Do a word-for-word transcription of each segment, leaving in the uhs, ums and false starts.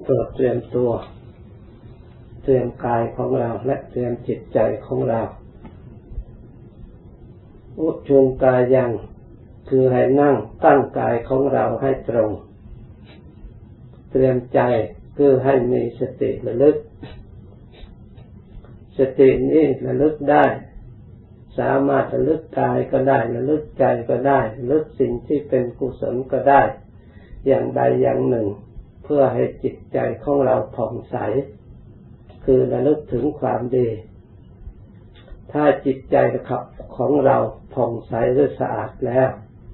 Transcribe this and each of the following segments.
โปรดเตรียมตัวเตรียมกายของเราและเตรียมจิตใจของเราอุชุงกายยังคือให้นั่งตั้งกายของเราให้ตรงเตรียมใจคือให้มีสติระลึกสตินี้ระลึกได้สามารถระลึกกายก็ได้ระลึกใจก็ได้ระลึกสิ่งที่เป็นกุศลก็ได้อย่างใดอย่างหนึ่งเพื่อให้จิตใจของเราผ่องใสคือระลึกถึงความดีถ้าจิตใจของเราผ่องใสหรือสะอาดแล้ว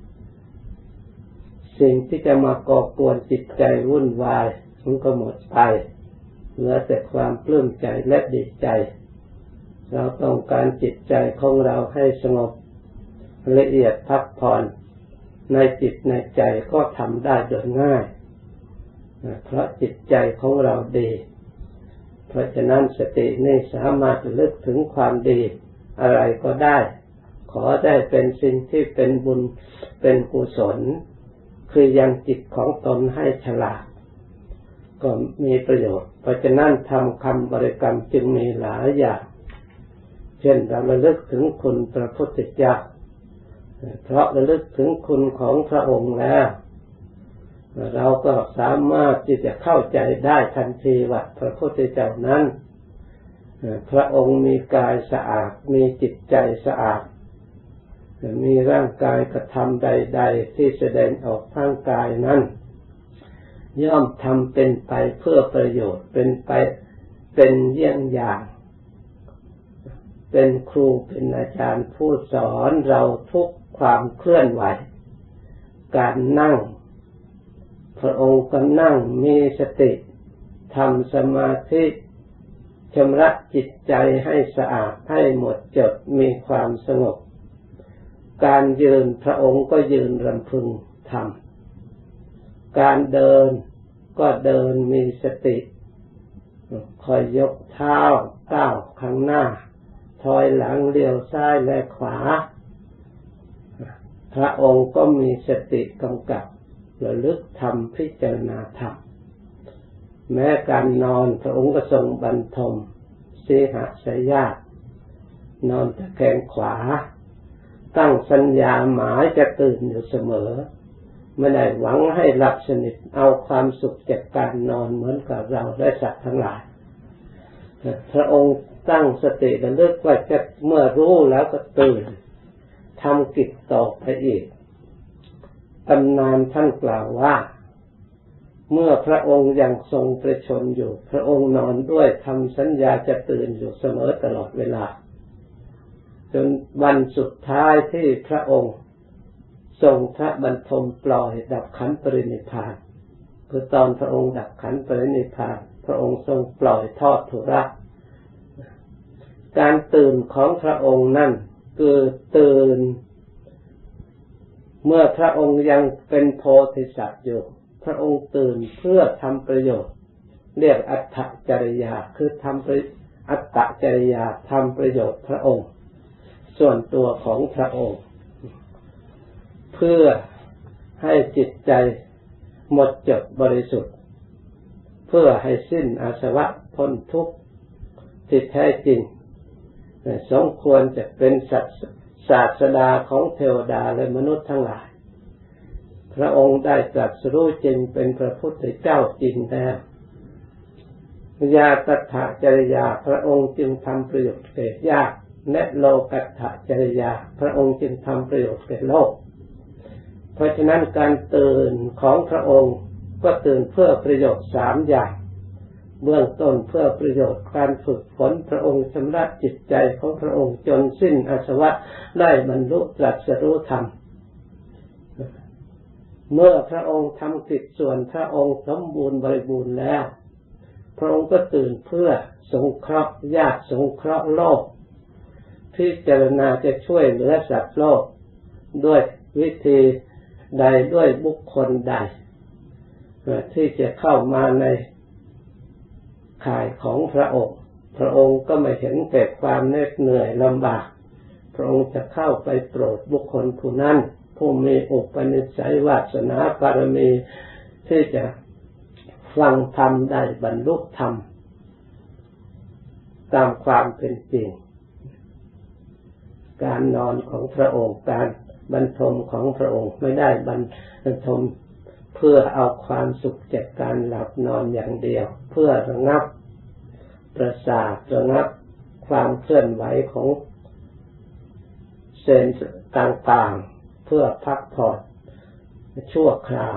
สิ่งที่จะมาก่อกวนจิตใจวุ่นวายมันก็หมดไปเหลือแต่ความปลื้มใจและดีใจเราต้องการจิตใจของเราให้สงบละเอียดพักผ่อนในจิตในใจก็ทำได้โดยง่ายเพราะจิตใจของเราดีเพราะฉะนั้นสตินี่สามารถระลึกถึงความดีอะไรก็ได้ขอได้เป็นสิ่งที่เป็นบุญเป็นกุศลคือยังจิตของตนให้ฉลาดก็มีประโยชน์เพราะฉะนั้นทำคำบริกรรมจึงมีหลายอย่างเช่นเราระลึกถึงคุณพระพุทธเจ้าเพราะระลึกถึงคุณของพระองค์แล้วเราก็สามารถที่จะเข้าใจได้ทันทีว่าพระพุทธเจ้านั้นพระองค์มีกายสะอาดมีจิตใจสะอาดมีร่างกายกระทำใดๆที่แสดงออกทางกายนั้นย่อมทำเป็นไปเพื่อประโยชน์เป็นไปเป็นเยี่ยงอย่างเป็นครูเป็นอาจารย์ผู้สอนเราทุกความเคลื่อนไหวการนั่งพระองค์ก็นั่งมีสติทำสมาธิชำระจิตใจให้สะอาดให้หมดจดมีความสงบการยืนพระองค์ก็ยืนรำพึงทำการเดินก็เดินมีสติคอยยกเท้าก้าวข้างหน้าถอยหลังเลี้ยวซ้ายและขวาพระองค์ก็มีสติกำกับระลึกธรรมพิจารณาธรรมแม้การนอนพระองค์ก็ทรงบรรทมสีหสยญาตนอนตะแคงขวาตั้งสัญญาหมายจะตื่นอยู่เสมอไม่ได้หวังให้หลับสนิทเอาความสุขจากการนอนเหมือนกับเราและสัตว์ทั้งหลายพระองค์ตั้งสติระลึกว่าจะเมื่อรู้แล้วก็ตื่นทำกิจต่อไปอีกตำนานท่านกล่าวว่าเมื่อพระองค์ยังทรงประชนอยู่พระองค์นอนด้วยทำสัญญาจะตื่นอยู่เสมอตลอดเวลาจนวันสุดท้ายที่พระองค์ทรงพระบรรทมปล่อยดับขันธ์ปรินิพพานคือตอนพระองค์ดับขันธ์ปรินิพพานพระองค์ทรงปล่อยทอดทุระการตื่นของพระองค์นั่นคือตื่นเมื่อพระองค์ยังเป็นโพธิสัตว์อยู่พระองค์ตื่นเพื่อทำประโยชน์เรียกอัตถจริยาคือทำอัตตจริยาทำประโยชน์พระองค์ส่วนตัวของพระองค์เพื่อให้จิตใจหมดจดบริสุทธิ์เพื่อให้สิ้นอาสวะพ้นทุกข์ที่แท้จริงสมควรจะเป็นศาสดาของเทวดาและมนุษย์ทั้งหลายพระองค์ได้ตรัสรู้จริงเป็นพระพุทธเจ้าจริงแล้วญาตัฏฐจริยาพระองค์จึงทำประโยชน์แก่ญาติและโลกัฏฐจริยาพระองค์จึงทำประโยชน์แก่โลกเพราะฉะนั้นการตื่นของพระองค์ก็ตื่นเพื่อประโยชน์สามอย่างเบื้องต้นเพื่อประโยชน์การฝึกฝนพระองค์ชำระจิตใจของพระองค์จนสิ้นอาสวะได้บรรลุตรัสรู้ธรรมเมื่อพระองค์ทำกิจส่วนพระองค์สมบูรณ์บริบูรณ์แล้วพระองค์ก็ตื่นเพื่อสงเคราะห์ญาติสงเคราะห์โลกพิจารณาจะช่วยเหลือสัตว์โลกด้วยวิธีใดด้วยบุคคลใดที่จะเข้ามาในข่ายของพระองค์พระองค์ก็ไม่เห็นแก่ความเหน็ดเหนื่อยลำบากพระองค์จะเข้าไปโปรดบุคคลผู้นั้นผู้มีอุปนิสัยวาสนาบารมีที่จะฟังธรรมได้บรรลุธรรมตามความเป็นจริงการนอนของพระองค์การบรรทมของพระองค์ไม่ได้บรรทมเพื่อเอาความสุขจากการหลับนอนอย่างเดียวเพื่อระงับประสาทระงับความเคลื่อนไหวของเซลล์ต่างๆเพื่อพักผ่อนชั่วคราว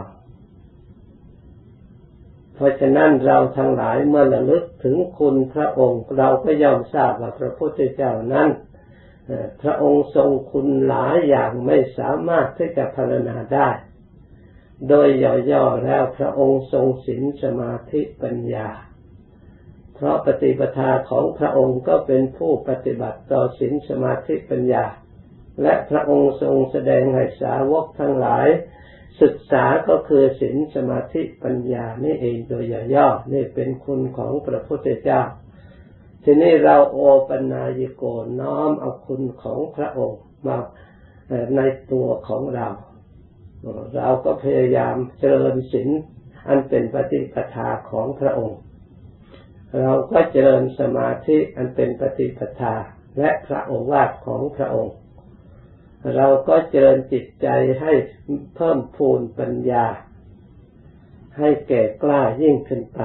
เพราะฉะนั้นเราทั้งหลายเมื่อระลึกถึงคุณพระองค์เราก็ย่อมทราบว่าพระพุทธเจ้านั้นพระองค์ทรงคุณหลายอย่างไม่สามารถที่จะพรรณนาได้โดยย่อๆแล้วพระองค์ทรงศีลสมาธิปัญญาเพราะปฏิปทาของพระองค์ก็เป็นผู้ปฏิบัติต่อศีลสมาธิปัญญาและพระองค์ทรงแสดงให้สาวกทั้งหลายศึกษาก็คือศีลสมาธิปัญญานี่เองโดยย่อๆนี่เป็นคุณของพระพุทธเจ้าทีนี้เราโอปัญญิโกน้อมเอาคุณของพระองค์มาในตัวของเราเราก็พยายามเจริญศีลอันเป็นปฏิปทาของพระองค์เราก็เจริญสมาธิอันเป็นปฏิปทาและพระโอวาทของพระองค์เราก็เจริญจิตใจให้เพิ่มพูนปัญญาให้แก่กล้ายิ่งขึ้นไป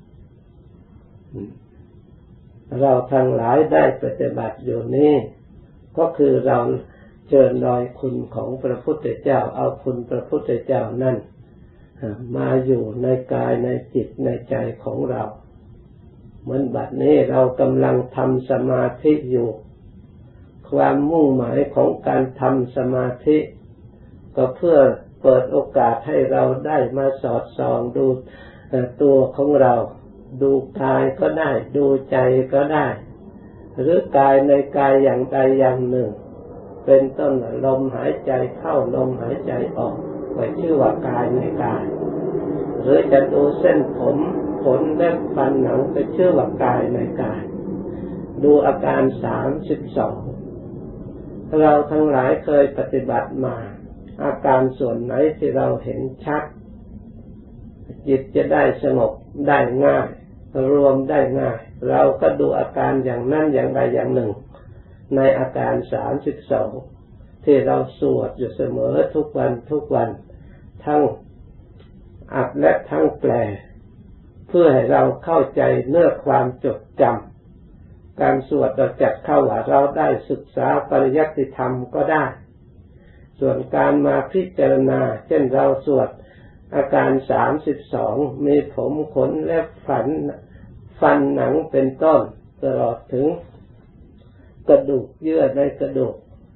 เราทั้งหลายได้ปฏิบัติอยู่นี้ก็คือเราเจริญรอยคุณของพระพุทธเจ้าเอาคุณพระพุทธเจ้านั่นมาอยู่ในกายในจิตในใจของเราเหมือนบัดนี้เรากำลังทำสมาธิอยู่ความมุ่งหมายของการทำสมาธิก็เพื่อเปิดโอกาสให้เราได้มาสอดส่องดูตัวของเราดูกายก็ได้ดูใจก็ได้หรือกายในกายอย่างใดอย่างหนึ่งเป็นต้นลมหายใจเข้าลมหายใจออกก็ชื่อว่ากายในกายหรือจะดูเส้นผมขนเล็บฟันหนังก็ชื่อว่ากายในกายดูอาการสามสิบสองเราทั้งหลายเคยปฏิบัติมาอาการส่วนไหนที่เราเห็นชัดจิตจะได้สงบได้ง่ายรวมได้ง่ายเราก็ดูอาการอย่างนั้นอย่างใดอย่างหนึ่งในอาการสามสิบสองที่เราสวดอยู่เสมอทุกวันทุกวันทั้งอัดและทั้งแปลเพื่อให้เราเข้าใจเนื้อความจดจำการสวดเราจัดเข้าว่าเราได้ศึกษาปริยัติธรรมก็ได้ส่วนการมาพิจารณาเช่นเราสวดอาการสามสิบสองมีผมขนเล็บฟันฟันหนังเป็นต้นตลอดถึงกระดูกเยื่อในกระดูก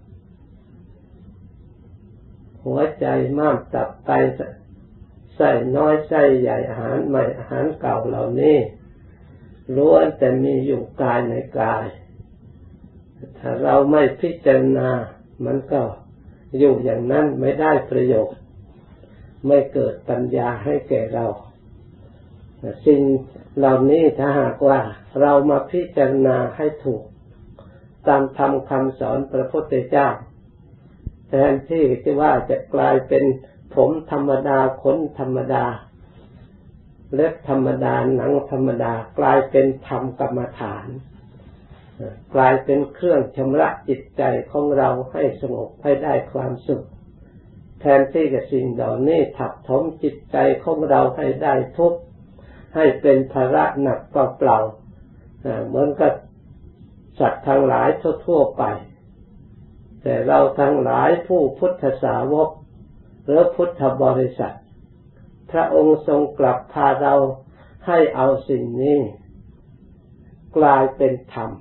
หัวใจม้ามตับไตไส้น้อยไส้ใหญ่อาหารใหม่อาหารเก่าเหล่านี้ล้วนแต่มีอยู่กายในกายถ้าเราไม่พิจารณามันก็อยู่อย่างนั้นไม่ได้ประโยชน์ไม่เกิดปัญญาให้แก่เราสิ่งเหล่านี้ถ้าหากว่าเรามาพิจารณาให้ถูกตามธรรมคำสอนพระพุทธเจ้าแทนที่ที่ว่าจะกลายเป็นผมธรรมดาขนธรรมดาเล็บธรรมดาหนังธรรมดากลายเป็นธรรมกรรมฐานกลายเป็นเครื่องชำระจิตใจของเราให้สงบให้ได้ความสุขแทนที่จะสิ่งเหล่านี้ถักถมจิตใจของเราให้ได้ทุกข์ให้เป็นภาระหนักเปล่าๆเหมือนกับสัตว์ทั้งหลายทั่วๆไปแต่เราทั้งหลายผู้พุทธสาวกหรือพุทธบริษัทพระองค์ทรงกลับพาเราให้เอาสิ่งนี้กลายเป็นธรรม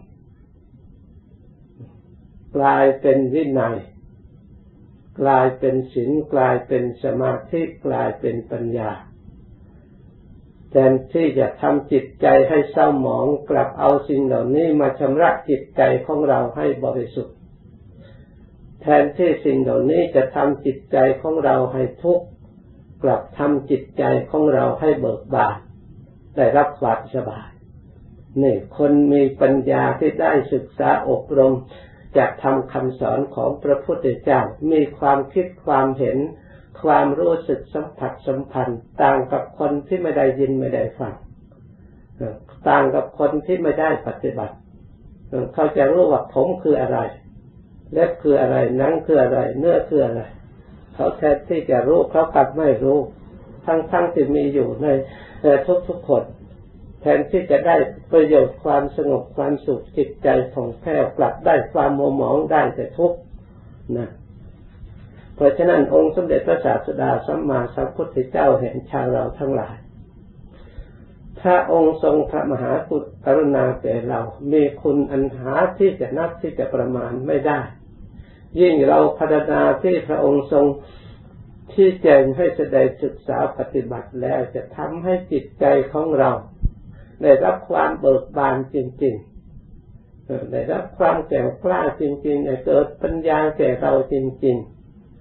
กลายเป็นวินัยกลายเป็นศีลกลายเป็นสมาธิกลายเป็นปัญญาแทนที่จะทำจิตใจให้เศร้าหมองกลับเอาสิ่งเหล่านี้มาชำระจิตใจของเราให้บริสุทธิ์แทนที่สิ่งเหล่านี้จะทำจิตใจของเราให้ทุกข์กลับทำจิตใจของเราให้เบิกบานได้รับความสบายนี่คนมีปัญญาที่ได้ศึกษาอบรมจากธรรมคำสอนของพระพุทธเจ้ามีความคิดความเห็นความรู้สึกสัมผัสสัมพันธ์ต่างกับคนที่ไม่ได้ยินไม่ได้ฟังต่างกับคนที่ไม่ได้ปฏิบัติเขาจะรู้ว่าผมคืออะไรเล็บคืออะไรหนังคืออะไรเนื้อคืออะไรเขาแทนที่จะรู้เขากลับไม่รู้ทั้งๆที่มีอยู่ในทุกๆคนแทนที่จะได้ประโยชน์ความสงบความสุขจิตใจผ่องแผ้วกลับได้ความมัวหมองได้แต่ทุกข์นะเพราะฉะนั้นองค์สมเด็จพระศาสดาสัมมาสัมพุทธเจ้าแห่งชาวเราทั้งหลายพระองค์ทรงพระมหากรุณาแก่เรามีคุณอันหาที่จะนับที่จะประมาณไม่ได้ยิ่งเราพัฒนาที่พระองค์ทรงที่แจงให้แสดงศึกษาปฏิบัติแล้วจะทำให้จิตใจของเราได้รับความเบิกบานจริงๆได้รับความแก่กล้าจริงๆได้เกิดปัญญาแก่เราจริงๆ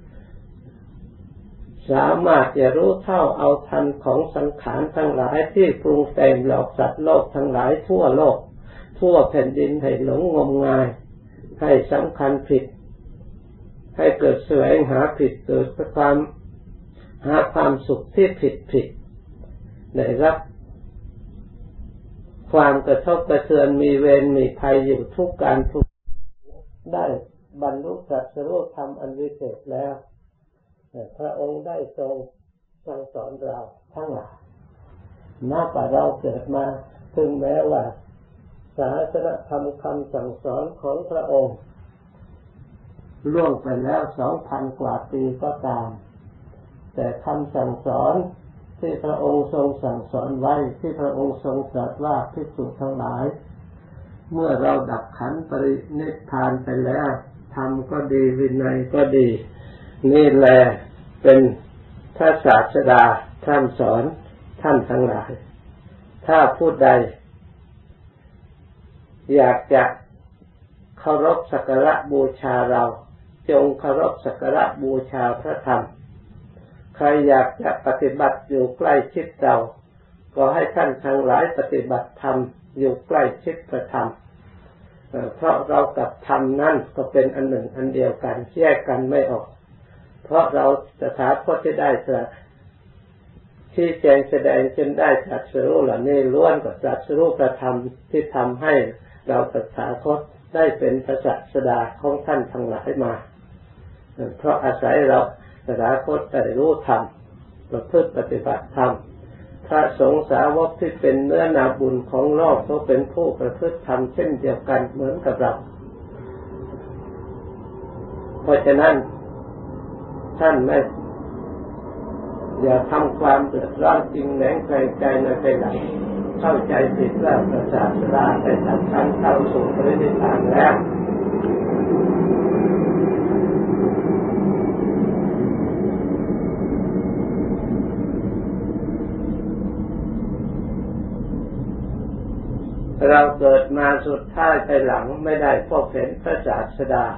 สามารถจะรู้เท่าเอาทันของสังขารทั้งหลายที่ปรุงแต่งหลอกสัตว์โลกทั้งหลายทั่วโลกทั่วแผ่นดินให้หลงงมงายให้สำคัญผิดให้เกิดแสวงหาผิดเกิดความหาความสุขที่ผิดผิดได้รับความกระทบกระเทือนมีเวรมีภัยอยู่ทุกการทุกได้บรรลุตรัสรู้ธรรมอันวิเศษแล้วพระองค์ได้ทรงสั่งสอนเราทั้งหลายนับว่าเราเกิดมาถึงแม้ว่าศาสนธรรมคำสั่งสอนของพระองค์ล่วงไปแล้วสองพันกว่าปีก็ตามแต่คำสั่งสอนที่พระองค์ทรงสั่งสอนไว้ที่พระองค์ทรงตรัสว่าภิกษุทั้งหลายเมื่อเราดับขันธ์ปรินิพพานไปแล้วธรรมก็ดีวินัยก็ดีนี่แหละเป็นพระศาสดาท่านสอนท่านทั้งหลายถ้าผู้ใดอยากจะเคารพสักการะบูชาเราจงเคารพสักการะบูชาพระธรรมใครอยากจะปฏิบัติอยู่ใกล้ชิดเราก็ให้ท่านทั้งหลายปฏิบัติธรรมอยู่ใกล้ชิดพระธรรมเพราะเรากับธรรมนั้นก็เป็นอันหนึ่งอันเดียวกันแยกกันไม่ออกเพราะเราตถาคตที่ได้ตรัสชี้แจงแสดงจนได้ตรัสรู้เหล่านี้ล้วนก็ตรัสรู้พระธรรมที่ทำให้เราตถาคตได้เป็นพระศาสดาของท่านทั้งหลายมาเพราะอาศัยเราตถาคตได้รู้ธรรมประพฤติปฏิบัติธรรมพระสงฆ์สาวกที่เป็นเนื้อนาบุญของโลกเขาเป็นผู้ประพฤติธรรมเช่นเดียวกันเหมือนกับเราเพราะฉะนั้นท่านไม่อย่าทำความเดือดร้อนจริงแหลงใจใจในภายหลังเข้าใจผิดว่าพระศาสดาได้ตัดขันเข้าสู่ปรินิพพานแล้วเราเกิดมาสุดท้ายภายหลังไม่ได้พบเห็นพระศาสดา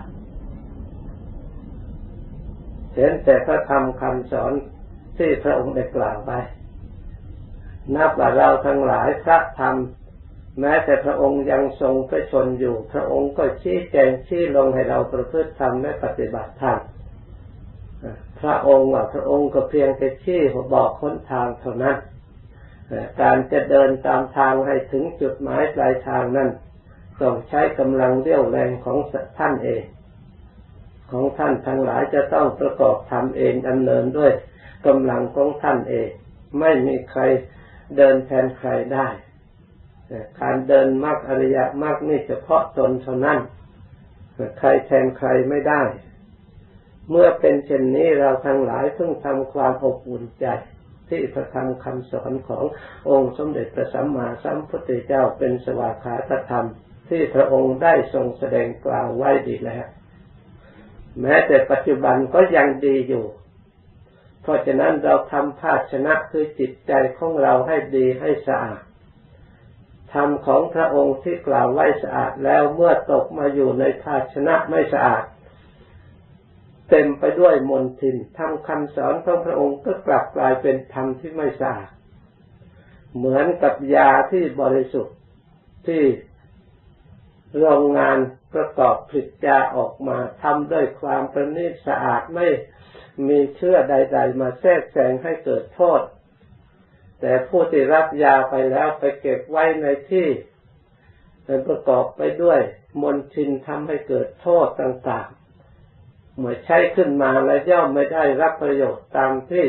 เห็นแต่พระธรรมคำสอนที่พระองค์ได้กล่าวไว้นับว่าเราทั้งหลายพระธรรมแม้แต่พระองค์ยังทรงพระชนอยู่พระองค์ก็ชี้แจงชี้ลงให้เราประพฤติธรรมและปฏิบัติธรรมพระองค์ว่าพระองค์ก็เพียงแต่ชี้บอกหนทางเท่านั้นการจะเดินตามทางให้ถึงจุดหมายปลายทางนั้นต้องใช้กำลังเรี่ยวแรงของท่านเองของท่านทั้งหลายจะต้องประกอบทำเองดำเนินด้วยกำลังของท่านเองไม่มีใครเดินแทนใครได้การเดินมรรคอริยมรรคนี่เฉพาะตนเท่านั้นใครแทนใครไม่ได้เมื่อเป็นเช่นนี้เราทั้งหลายต้องทำความอบอุ่นใจที่พระธรรมคำสอนขององค์สมเด็จพระสัมมาสัมพุทธเจ้าเป็นสวากขาตธรรมที่พระองค์ได้ทรงแสดงกล่าวไว้ดีแล้วแม้แต่ปัจจุบันก็ยังดีอยู่เพราะฉะนั้นเราทำภาชนะคือจิตใจของเราให้ดีให้สะอาดธรรมของพระองค์ที่กล่าวไว้สะอาดแล้วเมื่อตกมาอยู่ในภาชนะไม่สะอาดเต็มไปด้วยมลทินธรรมคำสอนของพระองค์ก็กลับกลายเป็นธรรมที่ไม่สะอาดเหมือนกับยาที่บริสุทธิ์ที่โรงงานประกอบผลิตยาออกมาทำด้วยความประณีตสะอาดไม่มีเชื้อใดๆมาแทรกแซงให้เกิดโทษแต่ผู้ที่รับยาไปแล้วไปเก็บไว้ในที่ประกอบไปด้วยมลทินทำให้เกิดโทษต่างๆเมื่อใช้ขึ้นมาแล้วย่อมไม่ได้รับประโยชน์ตามที่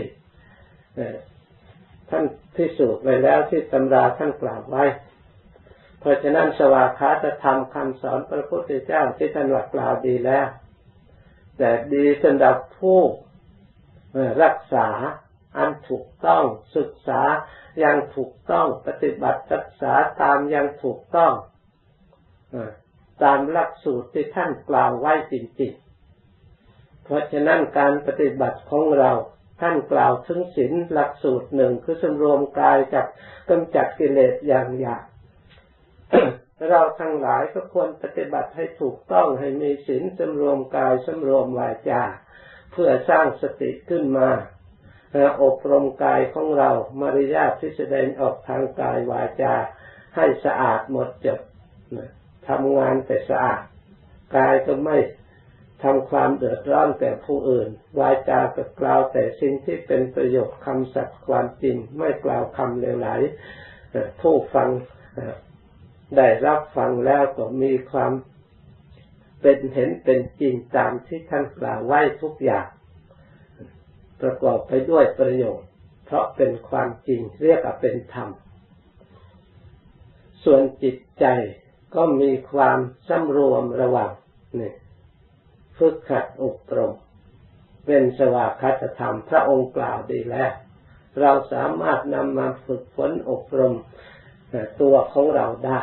ท่านพิสูจน์ไว้แล้วที่ตำราท่านกล่าวไว้เพราะฉะนั้นสวากขาตธรรมคำสอนพระพุทธเจ้าที่ท่านว่ากล่าวดีแล้วแต่ดีสำหรับผู้รักษาอันถูกต้องศึกษาอย่างถูกต้องปฏิบัติรักษาตามอย่างถูกต้องตามหลักสูตรที่ท่านกล่าวไว้จริงๆเพราะฉะนั้นการปฏิบัติของเราท่านกล่าวถึงศีลหลักสูตรหนึ่งคือสำรวมกายจากกำจัดกิเลสอย่างหยาบ เราทั้งหลายก็ควรปฏิบัติให้ถูกต้องให้มีศีลสำรวมกายสำรวมวาจาเพื่อสร้างสติขึ้นมาอบรมกายของเรามารยาทที่แสดงออกทางกายวาจาให้สะอาดหมดจดทำงานแต่สะอาดกายก็ไม่ทำความเดือดร้อนแก่ผู้อื่นวาจาก็กล่าวแต่สิ่งที่เป็นประโยชน์คำสัตย์ความจริงไม่กล่าวคำเลวไหลผู้ฟังได้รับฟังแล้วก็มีความเป็นเห็นเป็นจริงตามที่ท่านกล่าวไว้ทุกอย่างประกอบไปด้วยประโยชน์เพราะเป็นความจริงเรียกว่าเป็นธรรมส่วนจิตใจก็มีความสำรวมระวังนี่ฝึกหัดอบรมเป็นสวากขาตธรรมพระองค์กล่าวดีแล้วเราสามารถนำมาฝึกฝนอบรมตัวของเราได้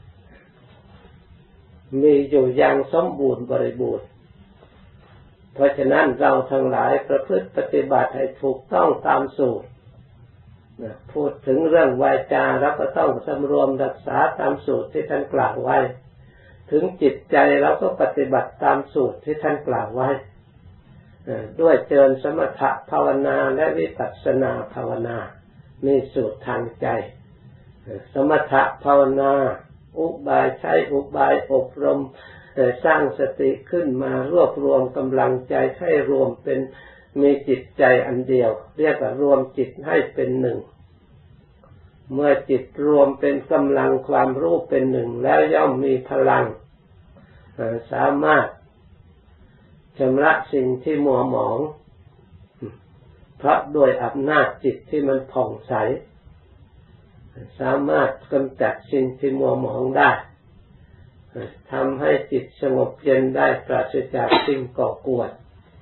มีอยู่อย่างสมบูรณ์บริบูรณ์เพราะฉะนั้นเราทั้งหลายประพฤติปฏิบัติให้ถูกต้องตามสูตรพูดถึงเรื่องวาจาเราก็ต้องสำรวมรักษาตามสูตรที่ท่านกล่าวไว้ถึงจิตใจเราก็ปฏิบัติตามสูตรที่ท่านกล่าวไว้ด้วยเจริญสมถะภาวนาและวิปัสสนาภาวนามีสูตรทางใจสมถะภาวนาอุบายใช้อุบายอบรมสร้างสติขึ้นมารวบรวมกำลังใจให้รวมเป็นมีจิตใจอันเดียวเรียกว่ารวมจิตให้เป็นหนึ่งเมื่อจิตรวมเป็นกำลังความรู้เป็นหนึ่งแล้วย่อมมีพลังสามารถชำระสิ่งที่มัวหมองเพราะโดยอำนาจจิตที่มันผ่องใสสามารถกำจัดสิ่งที่มัวหมองได้ทำให้จิตสงบเย็นได้ปราศจากสิ่งก่อกวน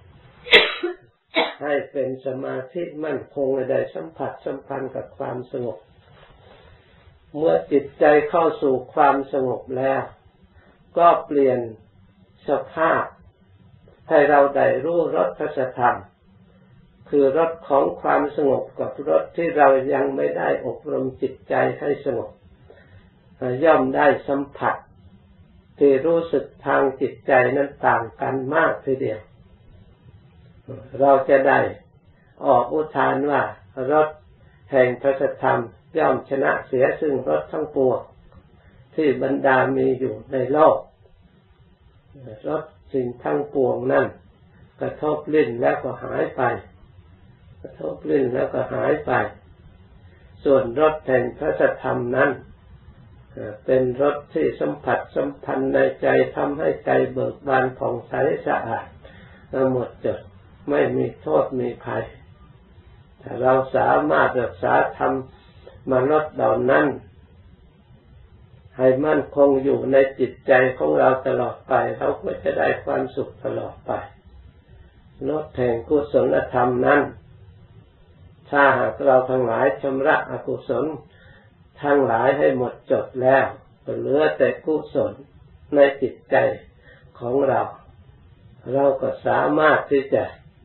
ให้เป็นสมาธิมั่นคงได้สัมผัสสัมพันธ์กับความสงบเมื่อจิตใจเข้าสู่ความสงบแล้วก็เปลี่ยนสภาพให้เราได้รู้รสธรรมคือรสของความสงบกับรสที่เรายังไม่ได้อบรมจิตใจให้สงบย่อมได้สัมผัสที่รู้สึกทางจิตใจนั้นต่างกันมากทีเดียวเราจะได้ออกอุทานว่ารสแห่งพระธรรมย่อมชนะเสียซึ่งรสทั้งปวงที่บรรดามีอยู่ในโลกรสสิ่งทั้งปวงนั้นกระทบลิ้นแล้วก็หายไปกระทบลิ้นแล้วก็หายไปส่วนรสแห่งพระธรรมนั้นเป็นรสที่สัมผัสสัมพันธ์ในใจทำให้ใจเบิกบานผ่องใสสะอาดหมดจดไม่มีโทษมีภัยถ้าเราสามารถรักษาธรรมมารสเหล่านั้นให้มั่นคงอยู่ในจิตใจของเราตลอดไปเราก็จะได้ความสุขตลอดไปรสแห่งกุศลธรรมนั้นถ้าหากเราทั้งหลายชำระอกุศลทั้งหลายให้หมดจดแล้วเหลือแต่กุศลในจิตใจของเราเราก็สามารถที่จะ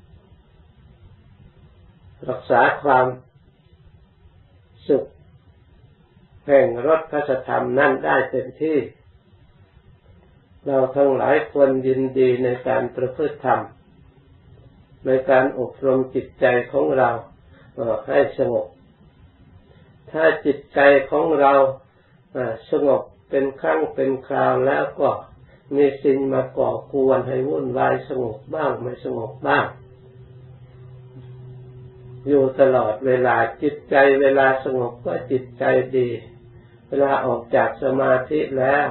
รักษาความสุขแห่งรสพระธรรมนั้นได้เต็มที่เราทั้งหลายควรยินดีในการประพฤติธรรมในการอบรมจิตใจของเราให้สงบถ้าจิตใจของเราสงบเป็นครั้งเป็นคราวแล้วก็มีสิ่งมาก่อกวนให้วุ่นวายสงบบ้างไม่สงบบ้างอยู่ตลอดเวลาจิตใจเวลาสงบก็จิตใจดีเวลาออกจากสมาธิแล้ว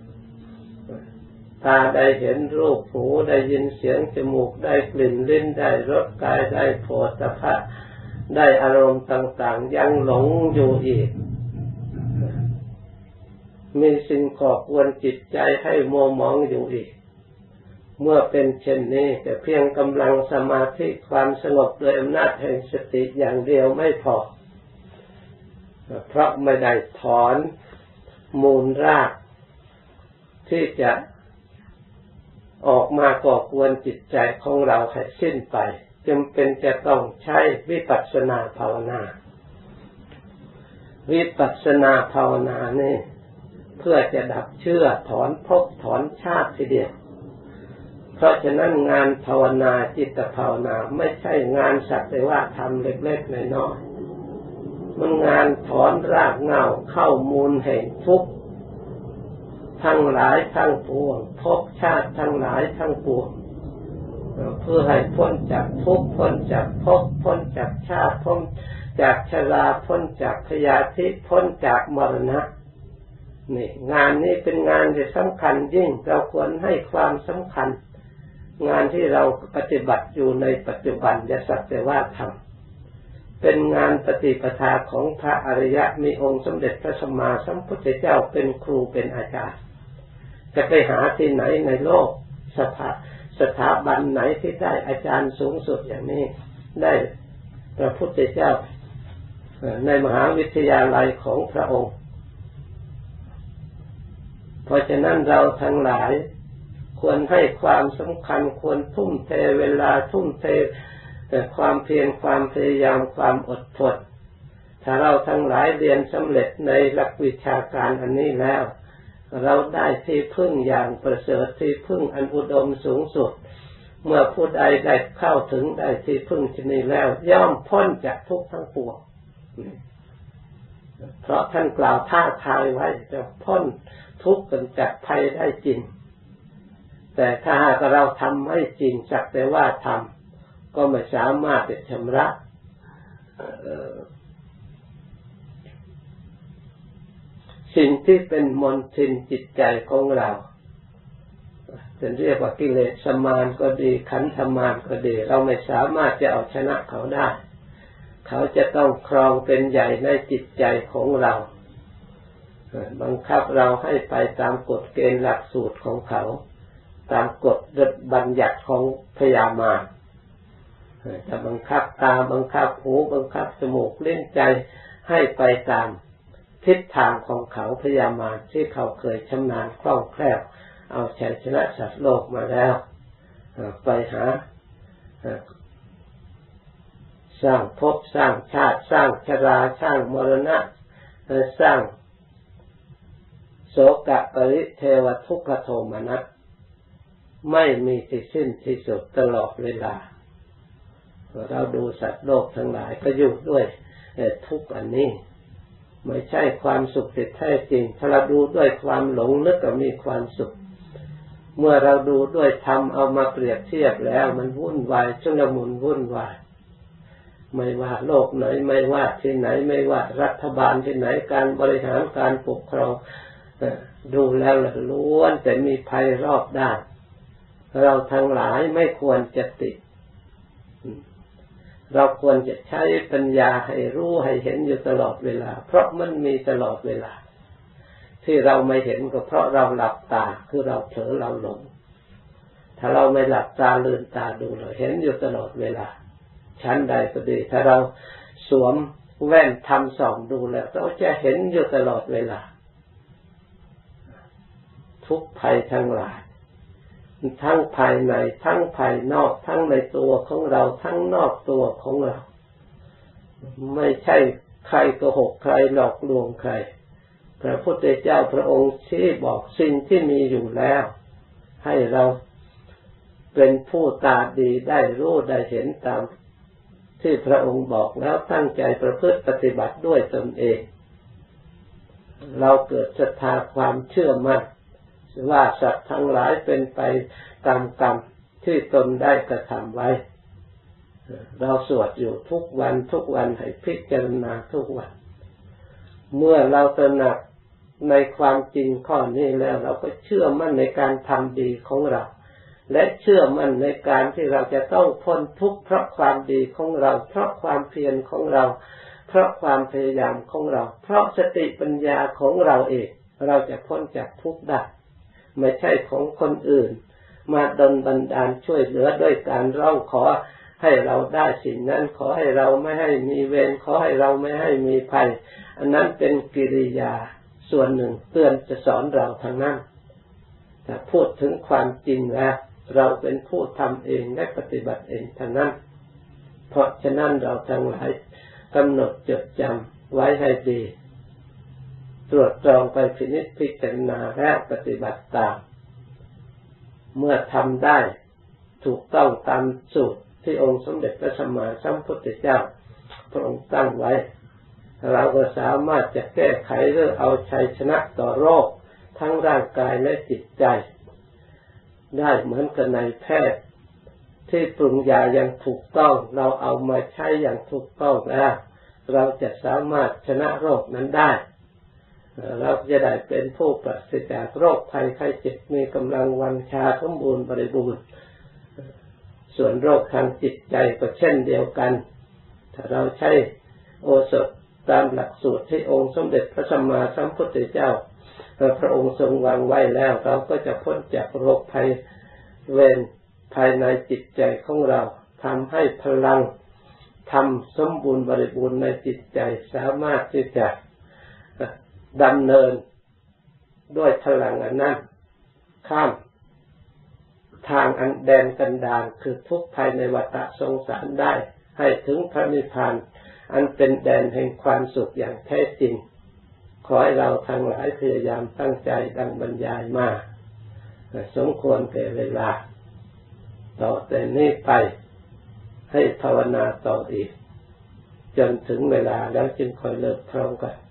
ตาได้เห็นรูปหูได้ยินเสียงจมูกได้กลิ่นลิ้นได้รสกายได้โผฏฐัพพะได้อารมณ์ต่างๆยังหลงอยู่อีกมีสิ่งก่อกวนจิตใจให้มัวหมองอยู่อีกเมื่อเป็นเช่นนี้แต่เพียงกำลังสมาธิความสงบโดยอำนาจแห่งสติอย่างเดียวไม่พอเพราะไม่ได้ถอนมูลรากที่จะออกมาก่อกวนจิตใจของเราให้สิ้นไปจำเป็นจะต้องใช้วิปัสสนาภาวนาวิปัสสนาภาวนานี่เพื่อจะดับเชื้อถอนภพถอนชาติทีเดียวเพราะฉะนั้นงานภาวนาจิตภาวนาไม่ใช่งานสักแต่ว่าทำเล็กๆน้อยๆมันงานถอนรากเหง้าเข้ามูลแห่งทุกข์ทั้งหลายทั้งปวงภพชาติทั้งหลายทั้งปวงเพื่อให้พ้นจากทุกข์พ้นจากภพพ้นจากชาติพ้นจากชราพ้นจากพยาธิพ้นจากมรณะนี่งานนี้เป็นงานที่สำคัญยิ่งเราควรให้ความสำคัญงานที่เราปฏิบัติอยู่ในปัจจุบันอย่าสักแต่ว่าทำเป็นงานปฏิปทาของพระอริยะมีองค์สมเด็จพระสัมมาสัมพุทธเจ้าเป็นครูเป็นอาจารย์จะไปหาที่ไหนในโลกสถาสถาบันไหนที่ได้อาจารย์สูงสุดอย่างนี้ได้พระพุทธเจ้าในมหาวิทยาลัยของพระองค์เพราะฉะนั้นเราทั้งหลายควรให้ความสำคัญควรทุ่มเทเวลาทุ่มเทแต่ความเพียรความพยายามความอดทนถ้าเราทั้งหลายเรียนสำเร็จในหลักวิชาการอันนี้แล้วเราได้ที่พึ่งอย่างประเสริฐที่พึ่งอันอุดมสูงสุดเมื่อผู้ใดได้เข้าถึงได้ที่พึ่งที่นี้แล้วย่อมพ้นจากทุกข์ทั้งปวงเพราะท่านกล่าวท้าทายไว้จะพ้นทุกข์กันจากภัยได้จริงแต่ถ้าหากเราทำไม่จริงสักแต่ว่าทำก็ไม่สามารถจะชำระสิ่งที่เป็นมลทินจิตใจของเราจะเรียกว่ากิเลสมารก็ดีขันธมารก็ดีเราไม่สามารถจะเอาชนะเขาได้เขาจะต้องครองเป็นใหญ่ในจิตใจของเราบังคับเราให้ไปตามกฎเกณฑ์หลักสูตรของเขาตามกฎบัญญัติของพยามารจะบังคับตาบังคับหูบังคับจมูกลิ้นใจให้ไปตามทิศทางของเขาพยามารที่เขาเคยชำนาญคล่องแคล่วเอาชัยชนะสัตว์โลกมาแล้วไปหาสร้างภพสร้างชาติสร้างชราสร้างมรณะสร้างโศกปริเทวทุกขโทมนัสไม่มีที่สิ้นที่สุดตลอดเวลาเราดูสัตว์โลกทั้งหลายก็อยู่ด้วยทุกข์อันนี้ไม่ใช่ความสุขที่แท้จริงถ้าเราดูด้วยความหลงนึกก็มีความสุขเมื่อเราดูด้วยธรรมเอามาเปรียบเทียบแล้วมันวุ่นวายชุลมุนวุ่นวายไม่ว่าโลกไหนไม่ว่าที่ไหนไม่ว่ารัฐบาลที่ไหนการบริหารการปกครองดูแล้วล้วนแต่มีภัยรอบด้านเราทั้งหลายไม่ควรจะติดเราควรจะใช้ปัญญาให้รู้ให้เห็นอยู่ตลอดเวลาเพราะมันมีตลอดเวลาที่เราไม่เห็นก็เพราะเราหลับตาคือเราเผลอเราหลงถ้าเราไม่หลับตาลืมตาดูเราเห็นอยู่ตลอดเวลาชั้นใดก็ดีถ้าเราสวมแว่นทำส่องดูแล้วเราจะเห็นอยู่ตลอดเวลาทุกภัยทั้งหลายทั้งภายในทั้งภายนอกทั้งในตัวของเราทั้งนอกตัวของเราไม่ใช่ใครโกหกใครหลอกลวงใครพระพุทธเจ้าพระองค์ชี้บอกสิ่งที่มีอยู่แล้วให้เราเป็นผู้ตาดีได้รู้ได้เห็นตามที่พระองค์บอกแล้วตั้งใจประพฤติปฏิบัติด้วยตนเองเราเกิดศรัทธาความเชื่อมั่นว่าสัตว์ทั้งหลายเป็นไปตามกรรมที่ตนได้กระทำไว้เราสวดอยู่ทุกวันทุกวันให้พิจารณาทุกวันเมื่อเราตระหนักในความจริงข้อนี้แล้วเราก็เชื่อมั่นในการทำดีของเราและเชื่อมั่นในการที่เราจะต้องพ้นทุกข์เพราะความดีของเราเพราะความเพียรของเราเพราะความพยายามของเราเพราะสติปัญญาของเราเองเราจะพ้นจากทุกข์ได้ไม่ใช่ของคนอื่นมาดลบันดาลช่วยเหลือด้วยการร้องขอให้เราได้สิ่งนั้นขอให้เราไม่ให้มีเวรขอให้เราไม่ให้มีภัยอันนั้นเป็นกิริยาส่วนหนึ่งเตือนจะสอนเราทางนั้นแต่พูดถึงความจริงแล้วเราเป็นผู้ทำเองและปฏิบัติเองทางนั้นเพราะฉะนั้นเราทั้งหลายกำหนดจดจำไว้ให้ดีตรวจตรองไปพินิจพิจารณาและปฏิบัติตามเมื่อทำได้ถูกต้องตามสูตรที่องค์สมเด็จพระสัมมาสัมพุทธเจ้าพระองค์ตั้งไว้เราก็สามารถจะแก้ไขหรือเอาชัยชนะต่อโรคทั้งร่างกายและจิตใจได้เหมือนกับนายแพทย์ที่ปรุงยาอย่างถูกต้องเราเอามาใช้อย่างถูกต้องแล้วเราจะสามารถชนะโรคนั้นได้เราจะได้เป็นผู้ปราศจากโรคภัยไข้เจ็บมีกำลังวังชาสมบูรณ์บริบูรณ์ส่วนโรคทางจิตใจก็เช่นเดียวกันถ้าเราใช้โอสถตามหลักสูตรที่องค์สมเด็จพระสัมมาสัมพุทธเจ้าพระองค์ทรงวางไว้แล้วเราก็จะพ้นจากโรคภัยเวรภายในจิตใจของเราทำให้พลังทำสมบูรณ์บริบูรณ์ในจิตใจสามารถที่จะดำเนินด้วยพลังอันนั้นข้ามทางอันแดนกันดารคือทุกข์ภายในวัฏสงสารได้ให้ถึงพระนิพพานอันเป็นแดนแห่งความสุขอย่างแท้จริงขอให้เราทั้งหลายพยายามตั้งใจดังบรรยายมาสมควรแก่เวลาต่อแต่นี้ไปให้ภาวนาต่ออีกจนถึงเวลาแล้วจึงค่อยเลิกพร้อมกัน